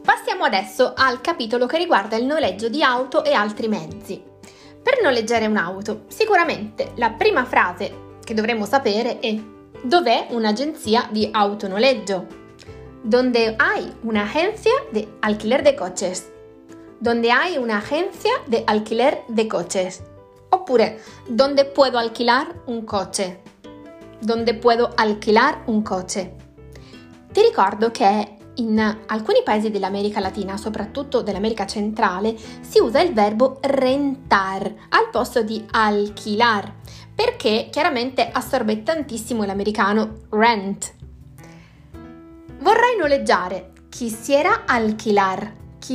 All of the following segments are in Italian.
Passiamo adesso al capitolo che riguarda il noleggio di auto e altri mezzi. Per noleggiare un'auto, sicuramente la prima frase che dovremmo sapere è: dov'è un'agenzia di autonoleggio? ¿Dónde hay una agencia de alquiler de coches? ¿Dónde hay una agencia de alquiler de coches? Oppure, ¿dónde puedo alquilar un coche? ¿Dónde puedo alquilar un coche? Ti ricordo che in alcuni paesi dell'America Latina, soprattutto dell'America centrale, si usa il verbo rentar al posto di alquilar, perché chiaramente assorbe tantissimo l'americano rent. Vorrei noleggiare, quisiera alquilar,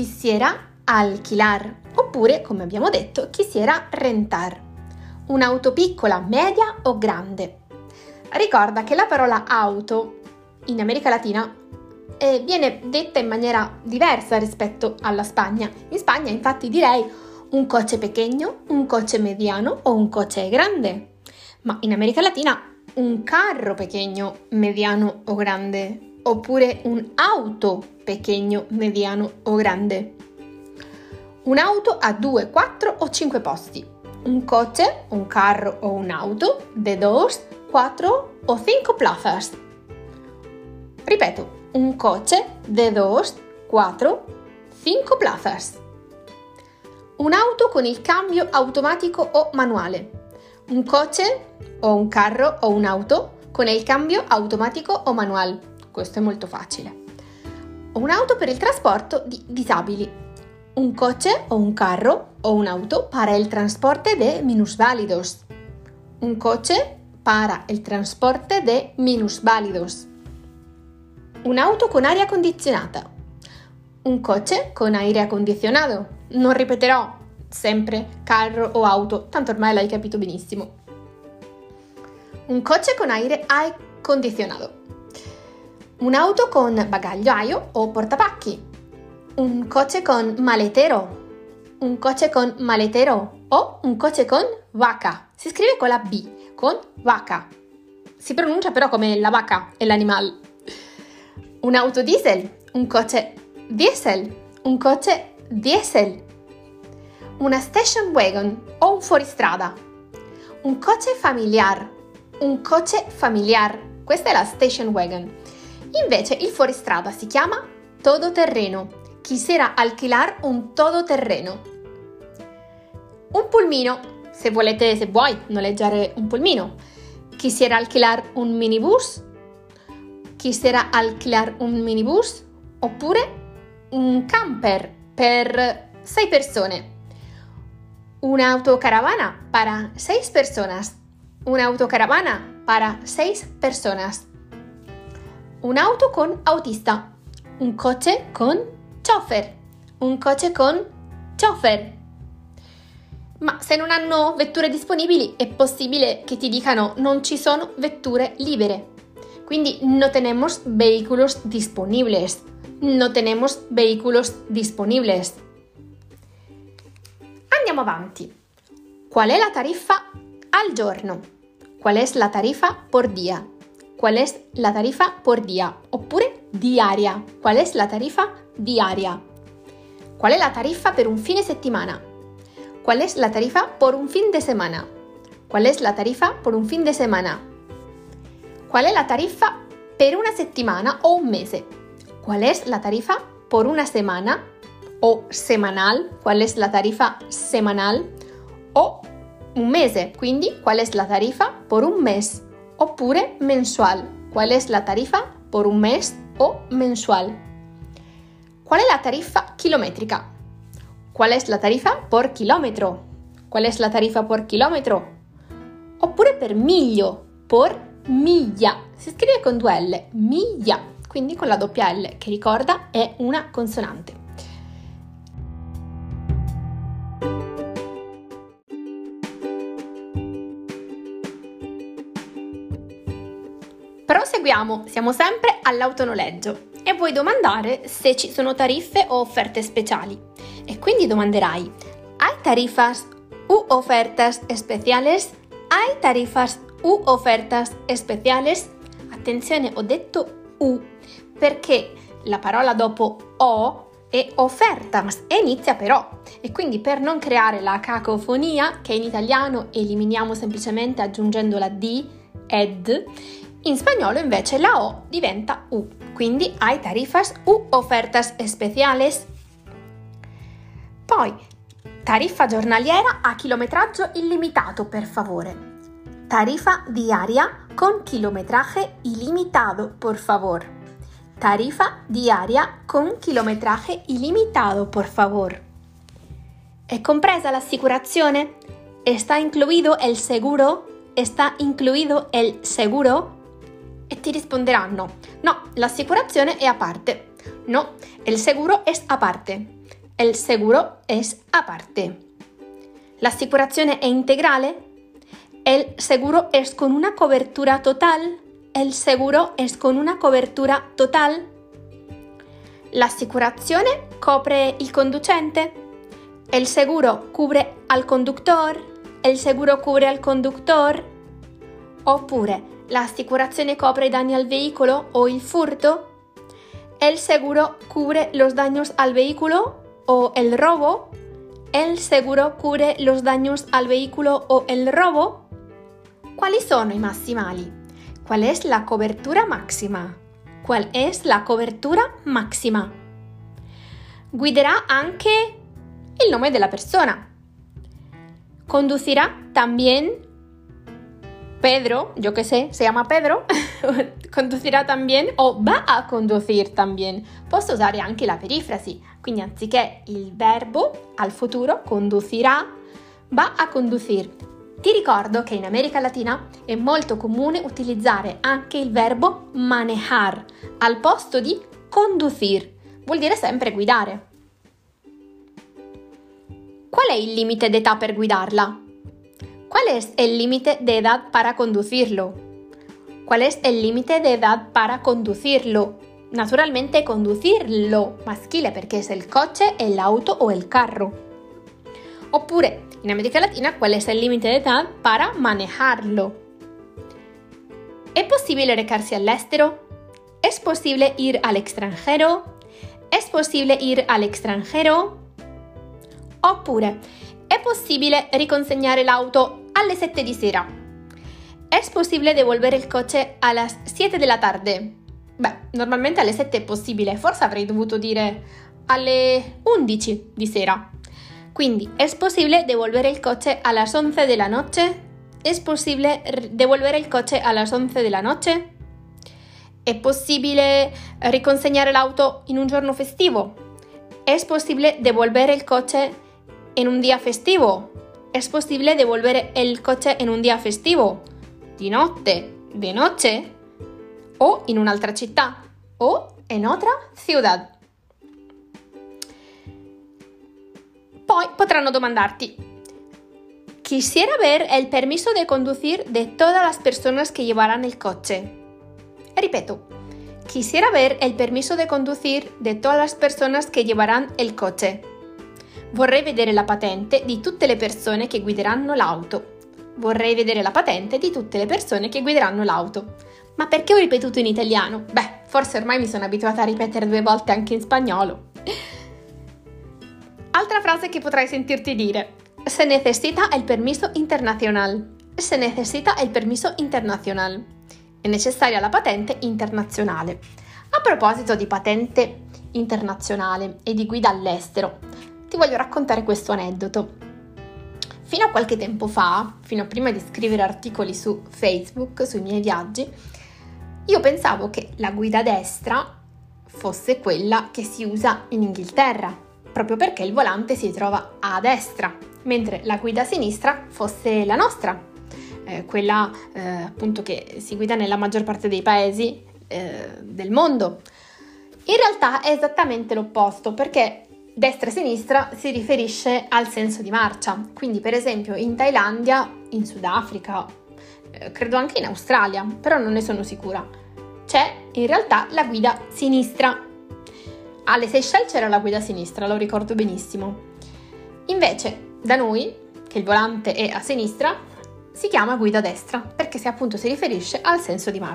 oppure, come abbiamo detto, quisiera rentar. Un'auto piccola, media o grande? Ricorda che la parola auto in America Latina viene detta in maniera diversa rispetto alla Spagna. In Spagna infatti direi un coche pequeño, un coche mediano o un coche grande. Ma in America Latina un carro pequeño, mediano o grande, oppure un auto pequeño, mediano o grande. Un'auto a 2, 4 o 5 posti. Un coche, un carro o un'auto de 2, 4 o 5 plazas. Ripeto, un coche de 2, 4, 5 plazas. Un'auto con il cambio automatico o manuale. Un coche o un carro o un'auto con il cambio automatico o manual. Questo è molto facile. Un'auto per il trasporto di disabili. Un coche o un carro o un'auto para el transporte de minusválidos. Un coche para el transporte de minusválidos. Un'auto con aria condizionata. Un coche con aire acondicionado. Non ripeterò sempre carro o auto, tanto ormai l'hai capito benissimo. Un coche con aire acondicionado. Un'auto con bagagliaio o portapacchi. Un coche con maletero. Un coche con maletero o un coche con vaca. Si scrive con la B, con vaca. Si pronuncia però come la vaca e l'animal. Un'auto diesel, un coche diesel, un coche diesel. Una station wagon o un fuoristrada. Un coche familiar, un coche familiar. Questa è la station wagon. Invece il fuoristrada si chiama todoterreno. Quisiera alquilar un todoterreno. Un pulmino, se vuoi noleggiare un pulmino. Quisiera alquilar un minibus. Quisiera alquilar un minibus, oppure un camper per 6 persone. Un'autocaravana para 6 personas. Un'autocaravana para 6 personas. Un'auto con autista. Un coche con chauffeur. Un coche con chauffeur. Ma se non hanno vetture disponibili è possibile che ti dicano non ci sono vetture libere. Quindi no tenemos vehículos disponibles. No tenemos vehículos disponibles. Andiamo avanti. Qual è la tariffa al giorno? ¿Cuál es la tarifa por día? ¿Cuál es la tarifa por día? Oppure diaria. ¿Cuál es la tarifa diaria? ¿Cuál es la tarifa per un fine settimana? ¿Cuál es la tarifa por un fin de semana? ¿Cuál es la tarifa por un fin de semana? ¿Cuál es la tarifa per una settimana o un mese? ¿Cuál es la tarifa por una semana o semanal? ¿Cuál es la tarifa semanal o un mese? Quindi, ¿cuál es la tarifa por un mes? Oppure mensual. ¿Cuál es la tarifa por un mes o mensual? ¿Cuál es la tarifa kilometrica? ¿Cuál es la tarifa por kilómetro? ¿Cuál es la tarifa por kilómetro? Oppure per miglio, por miglia. Si scrive con 2 L, miglia, quindi con la doppia L, che ricorda è una consonante. Proseguiamo, siamo sempre all'autonoleggio e vuoi domandare se ci sono tariffe o offerte speciali. E quindi domanderai: ¿hay tarifas u ofertas especiales? ¿Hay tarifas u ofertas especiales? Attenzione, ho detto U perché la parola dopo O e ofertas e inizia però. E quindi per non creare la cacofonia, che in italiano eliminiamo semplicemente aggiungendo la D, ed, in spagnolo invece la O diventa U. Quindi hay tarifas u ofertas especiales. Poi, tarifa giornaliera a chilometraggio illimitato, per favore. Tarifa diaria con kilometraje ilimitado, por favor. Tarifa diaria con kilometraje ilimitado, por favor. ¿Es compresa la assicurazione? ¿Está incluido el seguro? ¿Está incluido el seguro? E ti risponderanno: no, l'assicurazione è a parte. No, el seguro es aparte. El seguro es aparte. ¿L'assicurazione è integrale? El seguro es con una cobertura total. El seguro es con una cobertura total. L'assicurazione copre il conducente. El seguro cubre al conductor. El seguro cubre al conductor. Oppure l'assicurazione copre i danni al veicolo o il furto. El seguro cubre los daños al vehículo o el robo. El seguro cubre los daños al vehículo o el robo. Quali sono i massimali? Qual es la cobertura máxima? ¿Cuál es la cobertura máxima? Guiderà anche il nome della persona. Conducirá también Pedro, yo que sé, se llama Pedro, conducirá también o va a conducir también. Posso usare anche la perifrasi, quindi anziché il verbo al futuro, conducirá, va a conducir. Ti ricordo che in America Latina è molto comune utilizzare anche il verbo manejar al posto di conducir, vuol dire sempre guidare. ¿Cuál è il límite de età per guidarla? ¿Cuál es el límite de edad para conducirlo? ¿Cuál es el límite de edad para conducirlo? Naturalmente conducirlo, maschile perché è il coche, l'auto o il carro. Oppure, in America Latina, ¿cuál es el límite de edad para manejarlo? ¿Es posible recarsi all'estero? ¿Es posible ir al extranjero? ¿Es posible ir al extranjero? Oppure, ¿es posible riconsegnare l'auto alle 7 di sera? ¿Es posible devolver el coche a las 7 della tarde? Beh, normalmente alle 7 è possibile, forse avrei dovuto dire alle 11 di sera. Quindi, ¿es posible devolver el coche a las 11 de la noche? ¿Es posible devolver el coche a las 11 de la noche? ¿Es posible riconsegnare l'auto in un giorno festivo? ¿Es posible devolver el coche en un día festivo? ¿Es posible devolver el coche en un día festivo? Di notte, de noche, o in un'altra città, o en otra ciudad. Poi potranno domandarti: quisiera ver el permiso de conducir de todas las personas que llevarán el coche. Ripeto, quisiera ver el permiso de conducir de todas las personas que llevarán el coche. Vorrei vedere la patente di tutte le persone che guideranno l'auto. Vorrei vedere la patente di tutte le persone che guideranno l'auto. Ma perché ho ripetuto in italiano? Beh, forse ormai mi sono abituata a ripetere 2 volte anche in spagnolo. Altra frase che potrai sentirti dire: se necesita el permiso internacional. Se necesita el permiso internacional. È necessaria la patente internazionale. A proposito di patente internazionale e di guida all'estero, ti voglio raccontare questo aneddoto. Fino a qualche tempo fa, fino a prima di scrivere articoli su Facebook, sui miei viaggi, io pensavo che la guida a destra fosse quella che si usa in Inghilterra, proprio perché il volante si trova a destra, mentre la guida a sinistra fosse la nostra, quella appunto che si guida nella maggior parte dei paesi del mondo. In realtà è esattamente l'opposto, perché destra e sinistra si riferisce al senso di marcia. Quindi, per esempio, in Thailandia, in Sudafrica, credo anche in Australia, però non ne sono sicura, c'è in realtà la guida sinistra. Alle Seychelles c'era la guida sinistra, lo ricordo benissimo. Invece, da noi, che il volante è a sinistra, si chiama guida destra, perché appunto si riferisce al senso di marcia.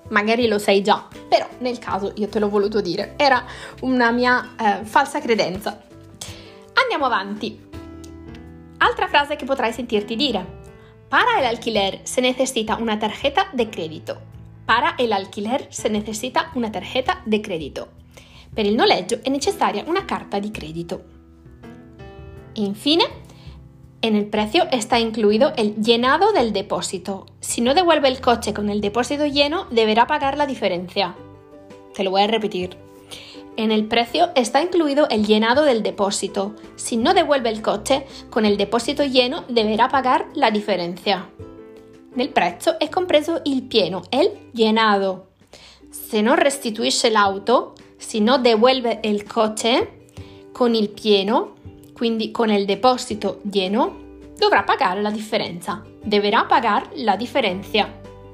magari lo sai già, però nel caso io te l'ho voluto dire, era una mia falsa credenza. Andiamo avanti. Altra frase che potrai sentirti dire: para el alquiler se necesita una tarjeta de crédito. Para el alquiler se necesita una tarjeta de crédito. Per il noleggio è necessaria una carta di credito. E infine, en el precio está incluido el llenado del depósito. Si no devuelve el coche con el depósito lleno, deberá pagar la diferencia. Te lo voy a repetir. En el precio está incluido el llenado del depósito. Si no devuelve el coche con el depósito lleno, deberá pagar la differenza. Nel prezzo è compreso il pieno, el llenado. Se no restituisce l'auto, si no devuelve el coche con il pieno, quindi con il deposito lleno, dovrà pagare la differenza. Deverá pagar la differencia.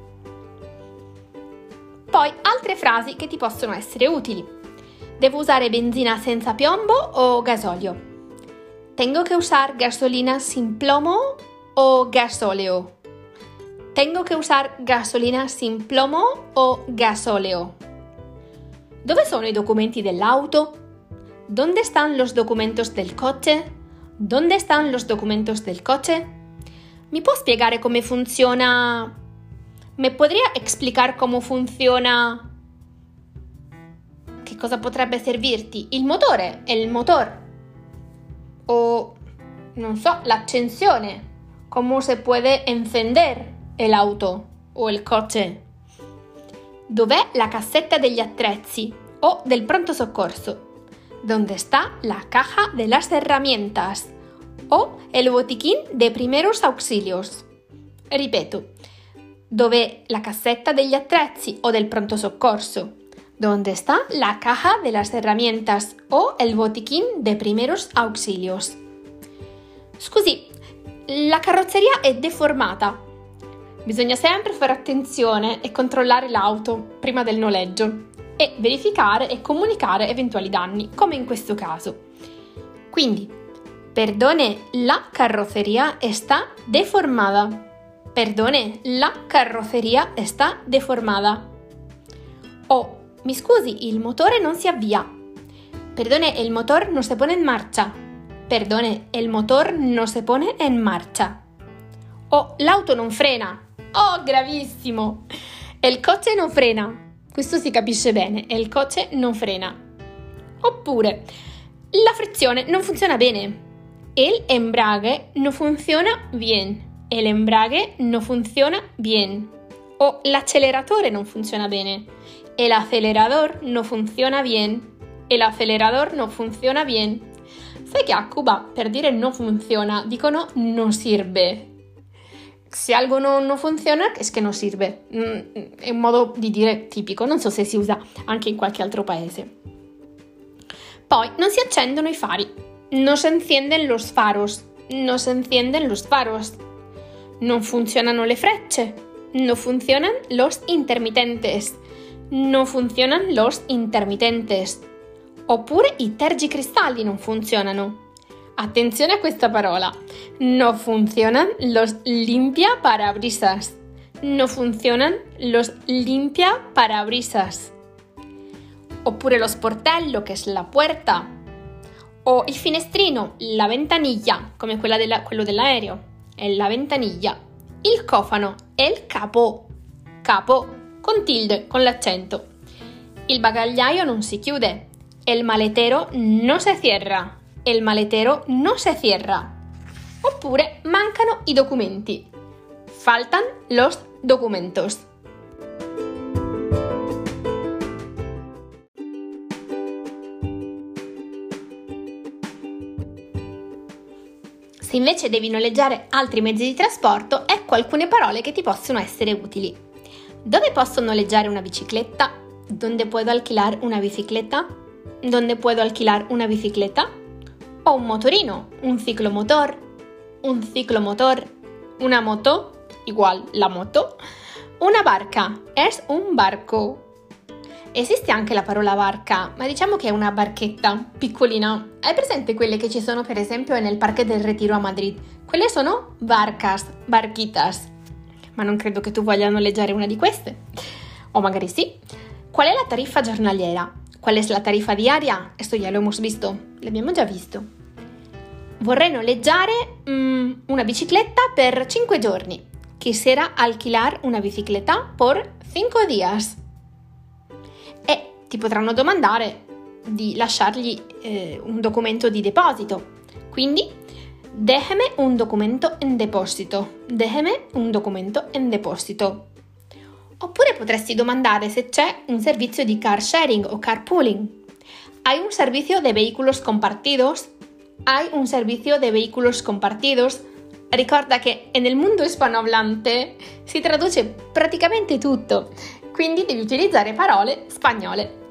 Poi altre frasi che ti possono essere utili. Devo usare benzina senza piombo o gasolio? Tengo que usar gasolina sin plomo o gasóleo? Tengo que usar gasolina sin plomo o gasóleo? Dove sono i documenti dell'auto? ¿Dónde están los documentos del coche? ¿Dónde están los documentos del coche? ¿Me può spiegare come funziona? ¿Me podría explicar cómo funciona? Che cosa potrebbe servirti? Il motore, el motor. O, non so, l'accensione. ¿Cómo se puede encender el auto o el coche? Dov'è la cassetta degli attrezzi o del pronto soccorso? ¿Dónde está la caja de las herramientas o el botiquín de primeros auxilios? Ripeto, dov'è la cassetta degli attrezzi o del pronto soccorso? ¿Dónde está la caja de las herramientas o el botiquín de primeros auxilios? Scusi, la carrozzeria è deformata. Bisogna sempre fare attenzione e controllare l'auto prima del noleggio e verificare e comunicare eventuali danni, come in questo caso. Quindi, perdone, la carrozzeria está deformada. Perdone, la carrozzeria está deformada. O, mi scusi, il motore non si avvia. Perdone, el motor no se pone en marcha. Perdone, el motor no se pone en marcha. O, l'auto non frena. Oh, gravissimo! Il coche non frena. Questo si capisce bene, il coche non frena. Oppure, la frizione non funziona bene. El embrague no funciona bien. El embrague no funciona bien. O l'acceleratore non funziona bene. El acelerador no funciona bien. El acelerador no funciona bien. Sai che a Cuba per dire non funziona dicono non sirve. Se algo non funziona è che non sirve. È un modo di dire tipico, non so se si usa anche in qualche altro paese. Poi non si accendono i fari. No se encienden los faros. No se encienden los faros. Non funzionano le frecce. No funcionan los intermitentes. No funcionan los intermitentes. Oppure i tergicristalli non funzionano. Attenzione a questa parola. No funcionan los limpiaparabrisas. No funcionan los limpiaparabrisas. Oppure lo sportello, che è la puerta. O il finestrino, la ventaniglia, come quello dell'aereo. È la ventaniglia. Il cofano è il capò. Capò, con tilde, con l'accento. Il bagagliaio non si chiude. El maletero no se cierra. El maletero no se cierra. Oppure mancano i documenti. Faltan los documentos. Se invece devi noleggiare altri mezzi di trasporto, ecco alcune parole che ti possono essere utili. Dove posso noleggiare una bicicletta? ¿Dónde puedo alquilar una bicicleta? ¿Dónde puedo alquilar una bicicleta? O un motorino, un ciclomotor, una moto, igual la moto, una barca, es un barco. Esiste anche la parola barca, ma diciamo che è una barchetta piccolina. Hai presente quelle che ci sono per esempio nel Parque del Retiro a Madrid? Quelle sono barcas, barquitas. Ma non credo che tu voglia noleggiare una di queste. o magari sí. ¿Cuál es la tarifa giornaliera? ¿Cuál es la tarifa diaria? Esto ya lo hemos visto, l'abbiamo già visto. Vorrei noleggiare una bicicletta per 5 giorni. Quisiera alquilar una bicicletta por 5 días. E ti potranno domandare di lasciargli un documento di deposito. Quindi, déjeme un documento en depósito. Déjeme un documento en depósito. Oppure potresti domandare se c'è un servizio di car sharing o carpooling. ¿Hay un servicio de vehículos compartidos? ¿Hay un servicio de vehículos compartidos? Ricorda che nel mondo ispanohablante si traduce praticamente tutto, quindi devi utilizzare parole spagnole.